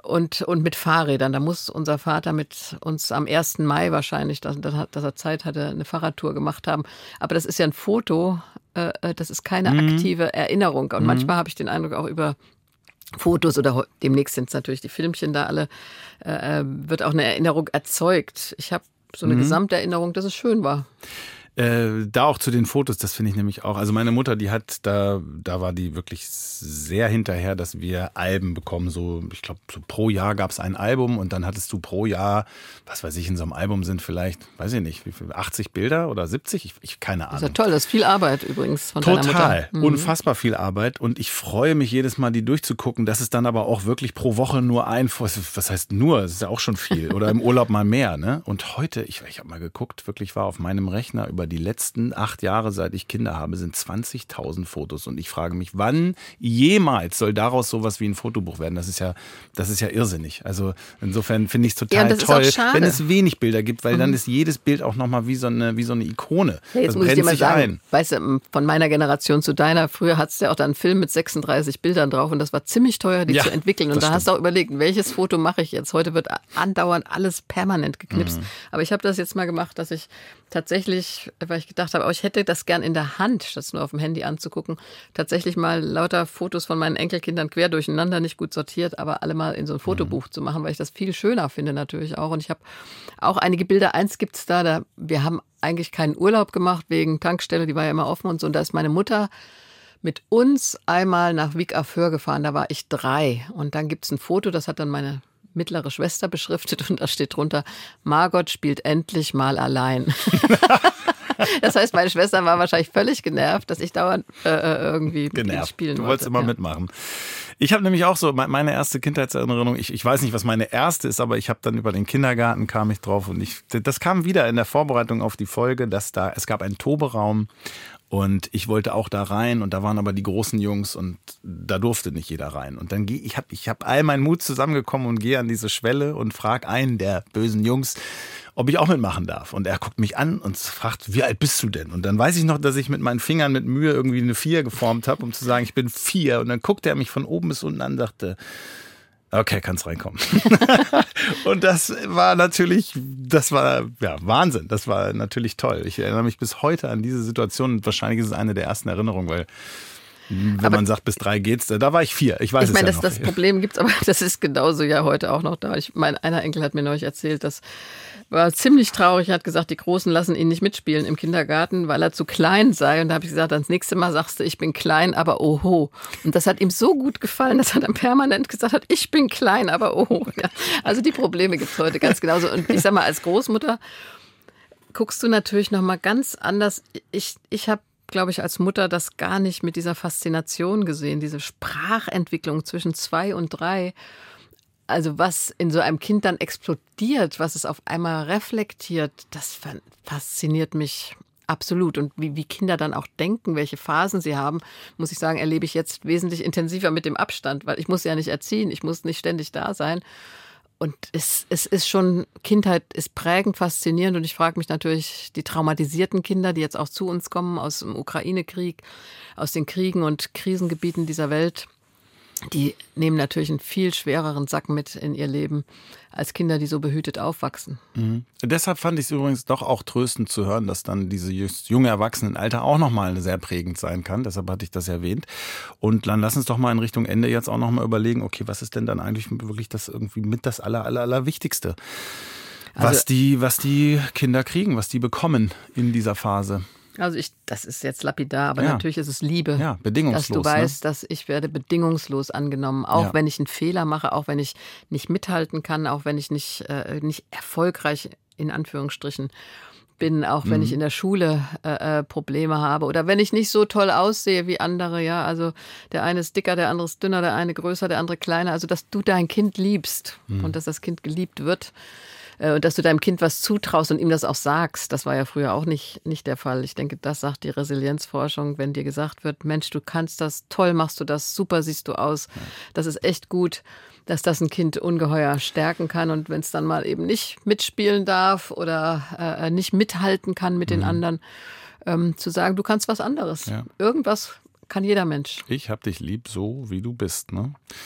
Und, und mit Fahrrädern. Da muss unser Vater mit uns am ersten Mai wahrscheinlich, dass, dass er Zeit hatte, eine Fahrradtour gemacht haben. Aber das ist ja ein Foto, äh, das ist keine mhm. aktive Erinnerung. Und mhm. manchmal habe ich den Eindruck, auch über Fotos oder demnächst sind es natürlich die Filmchen da alle, äh, wird auch eine Erinnerung erzeugt. Ich habe so eine mhm. Gesamterinnerung, dass es schön war. Äh, da auch zu den Fotos, das finde ich nämlich auch. Also meine Mutter, die hat da, da war die wirklich sehr hinterher, dass wir Alben bekommen. So, ich glaube, so pro Jahr gab es ein Album und dann hattest du pro Jahr, was weiß ich, in so einem Album sind vielleicht, weiß ich nicht, wie viel, achtzig Bilder oder siebzig? Ich, ich keine Ahnung. Das ist ja toll, das ist viel Arbeit übrigens von Total, deiner Mutter. Total, mhm. unfassbar viel Arbeit und ich freue mich jedes Mal, die durchzugucken. Das ist dann aber auch wirklich pro Woche nur ein, was heißt nur, das ist ja auch schon viel oder im Urlaub mal mehr. Ne? Und heute, ich, ich habe mal geguckt, wirklich war auf meinem Rechner über die letzten acht Jahre, seit ich Kinder habe, sind zwanzigtausend Fotos. Und ich frage mich, wann jemals soll daraus sowas wie ein Fotobuch werden? Das ist ja, das ist ja irrsinnig. Also insofern finde ich es total ja, toll, wenn es wenig Bilder gibt, weil mhm. dann ist jedes Bild auch nochmal wie so eine, wie so eine Ikone. Ja, jetzt das muss ich brennt dir mal sich sagen, ein. Weißt du, von meiner Generation zu deiner, früher hattest du ja auch dann einen Film mit sechsunddreißig Bildern drauf und das war ziemlich teuer, die ja, zu entwickeln. Und da stimmt. hast du auch überlegt, welches Foto mache ich jetzt? Heute wird andauernd alles permanent geknipst. Mhm. Aber ich habe das jetzt mal gemacht, dass ich tatsächlich, weil ich gedacht habe, oh, ich hätte das gern in der Hand, statt nur auf dem Handy anzugucken, tatsächlich mal lauter Fotos von meinen Enkelkindern quer durcheinander, nicht gut sortiert, aber alle mal in so ein Fotobuch mhm. zu machen, weil ich das viel schöner finde natürlich auch. Und ich habe auch einige Bilder, eins gibt's da, da, wir haben eigentlich keinen Urlaub gemacht wegen Tankstelle, die war ja immer offen und so. Und da ist meine Mutter mit uns einmal nach Wick auf Föhr gefahren, da war ich drei. Und dann gibt's ein Foto, das hat dann meine mittlere Schwester beschriftet und da steht drunter, Margot spielt endlich mal allein. Das heißt, meine Schwester war wahrscheinlich völlig genervt, dass ich dauernd äh, irgendwie genervt. spielen wollte. Du wolltest immer ja. mitmachen. Ich habe nämlich auch so meine erste Kindheitserinnerung, ich, ich weiß nicht, was meine erste ist, aber ich habe dann über den Kindergarten kam ich drauf und ich, das kam wieder in der Vorbereitung auf die Folge, dass da, es gab einen Toberaum und ich wollte auch da rein und da waren aber die großen Jungs und da durfte nicht jeder rein. Und dann gehe ich, habe ich hab all meinen Mut zusammengekommen und gehe an diese Schwelle und frage einen der bösen Jungs, ob ich auch mitmachen darf. Und er guckt mich an und fragt, wie alt bist du denn? Und dann weiß ich noch, dass ich mit meinen Fingern mit Mühe irgendwie eine vier geformt habe, um zu sagen, ich bin vier. Und dann guckte er mich von oben bis unten an und dachte, okay, kannst reinkommen. Und das war natürlich, das war ja Wahnsinn. Das war natürlich toll. Ich erinnere mich bis heute an diese Situation und wahrscheinlich ist es eine der ersten Erinnerungen, weil wenn aber man sagt, bis drei geht's, da war ich vier. Ich weiß ich meine, es ja dass noch. Das Problem gibt's, aber das ist genauso ja heute auch noch da. Ich, mein einer Enkel hat mir neulich erzählt, dass war ziemlich traurig. Er hat gesagt, die Großen lassen ihn nicht mitspielen im Kindergarten, weil er zu klein sei. Und da habe ich gesagt, das nächste Mal sagst du, ich bin klein, aber oho. Und das hat ihm so gut gefallen, dass er dann permanent gesagt hat, ich bin klein, aber oho. Ja, also die Probleme gibt's heute ganz genauso. Und ich sag mal, als Großmutter guckst du natürlich noch mal ganz anders. Ich, ich habe glaube ich, als Mutter das gar nicht mit dieser Faszination gesehen, diese Sprachentwicklung zwischen zwei und drei. Also was in so einem Kind dann explodiert, was es auf einmal reflektiert, das fasziniert mich absolut. Und wie, wie Kinder dann auch denken, welche Phasen sie haben, muss ich sagen, erlebe ich jetzt wesentlich intensiver mit dem Abstand, weil ich muss ja nicht erziehen, ich muss nicht ständig da sein. Und es, es ist schon, Kindheit ist prägend, faszinierend und ich frage mich natürlich, die traumatisierten Kinder, die jetzt auch zu uns kommen aus dem Ukraine-Krieg, aus den Kriegen und Krisengebieten dieser Welt, die nehmen natürlich einen viel schwereren Sack mit in ihr Leben als Kinder, die so behütet aufwachsen. Mhm. Deshalb fand ich es übrigens doch auch tröstend zu hören, dass dann dieses junge Erwachsenenalter auch nochmal sehr prägend sein kann. Deshalb hatte ich das erwähnt. Und dann lass uns doch mal in Richtung Ende jetzt auch nochmal überlegen, okay, was ist denn dann eigentlich wirklich das irgendwie mit das aller, aller, aller Wichtigste? Was also, die, was die Kinder kriegen, was die bekommen in dieser Phase. Also ich, das ist jetzt lapidar, aber ja. natürlich ist es Liebe. Ja, bedingungslos. Dass du weißt, ne? dass ich werde bedingungslos angenommen, auch ja. wenn ich einen Fehler mache, auch wenn ich nicht mithalten kann, auch wenn ich nicht, äh, nicht erfolgreich in Anführungsstrichen bin, auch wenn mhm. ich in der Schule äh, Probleme habe oder wenn ich nicht so toll aussehe wie andere, ja, also der eine ist dicker, der andere ist dünner, der eine größer, der andere kleiner, also dass du dein Kind liebst mhm. und dass das Kind geliebt wird. Und dass du deinem Kind was zutraust und ihm das auch sagst, das war ja früher auch nicht, nicht der Fall. Ich denke, das sagt die Resilienzforschung, wenn dir gesagt wird, Mensch, du kannst das, toll machst du das, super siehst du aus. Ja. Das ist echt gut, dass das ein Kind ungeheuer stärken kann. Und wenn es dann mal eben nicht mitspielen darf oder äh, nicht mithalten kann mit mhm. den anderen, ähm, zu sagen, du kannst was anderes. Ja. Irgendwas kann jeder Mensch. Ich hab dich lieb, so wie du bist, ne?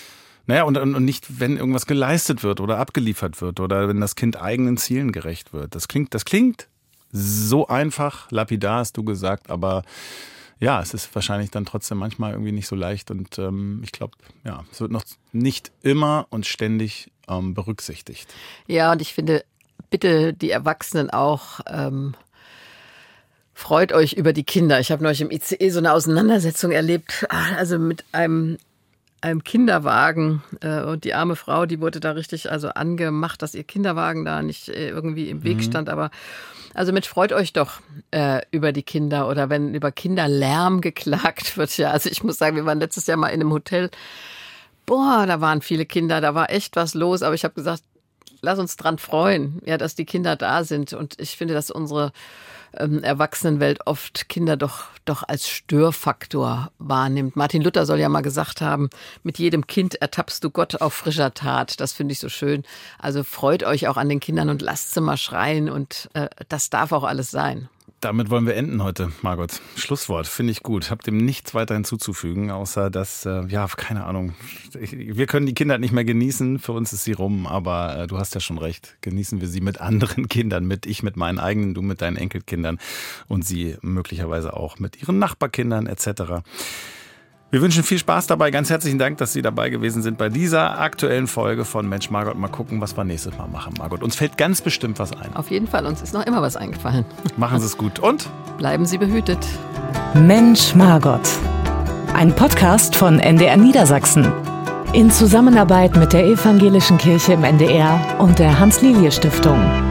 Naja, und, und nicht, wenn irgendwas geleistet wird oder abgeliefert wird oder wenn das Kind eigenen Zielen gerecht wird. Das klingt, das klingt so einfach, lapidar hast du gesagt, aber ja, es ist wahrscheinlich dann trotzdem manchmal irgendwie nicht so leicht und ähm, ich glaube, ja, es wird noch nicht immer und ständig ähm, berücksichtigt. Ja, und ich finde, bitte die Erwachsenen auch, ähm, freut euch über die Kinder. Ich habe neulich im I C E so eine Auseinandersetzung erlebt, also mit einem einem Kinderwagen äh, und die arme Frau, die wurde da richtig also angemacht, dass ihr Kinderwagen da nicht äh, irgendwie im Weg stand, aber also mit freut euch doch äh, über die Kinder oder wenn über Kinderlärm geklagt wird, ja, also ich muss sagen, wir waren letztes Jahr mal in einem Hotel, boah, da waren viele Kinder, da war echt was los, aber ich habe gesagt, lass uns dran freuen, ja, dass die Kinder da sind und ich finde, dass unsere ähm, Erwachsenenwelt oft Kinder doch, doch als Störfaktor wahrnimmt. Martin Luther soll ja mal gesagt haben, mit jedem Kind ertappst du Gott auf frischer Tat. Das finde ich so schön. Also freut euch auch an den Kindern und lasst sie mal schreien und äh, das darf auch alles sein. Damit wollen wir enden heute, Margot. Schlusswort, finde ich gut. Hab dem nichts weiter hinzuzufügen, außer dass, äh, ja, keine Ahnung, wir können die Kinder nicht mehr genießen, für uns ist sie rum, aber äh, du hast ja schon recht, genießen wir sie mit anderen Kindern, mit ich mit meinen eigenen, du mit deinen Enkelkindern und sie möglicherweise auch mit ihren Nachbarkindern et cetera. Wir wünschen viel Spaß dabei. Ganz herzlichen Dank, dass Sie dabei gewesen sind bei dieser aktuellen Folge von Mensch Margot. Mal gucken, was wir nächstes Mal machen, Margot. Uns fällt ganz bestimmt was ein. Auf jeden Fall, uns ist noch immer was eingefallen. Machen Sie es gut und bleiben Sie behütet. Mensch Margot. Ein Podcast von N D R Niedersachsen. In Zusammenarbeit mit der Evangelischen Kirche im N D R und der Hans-Lilie-Stiftung.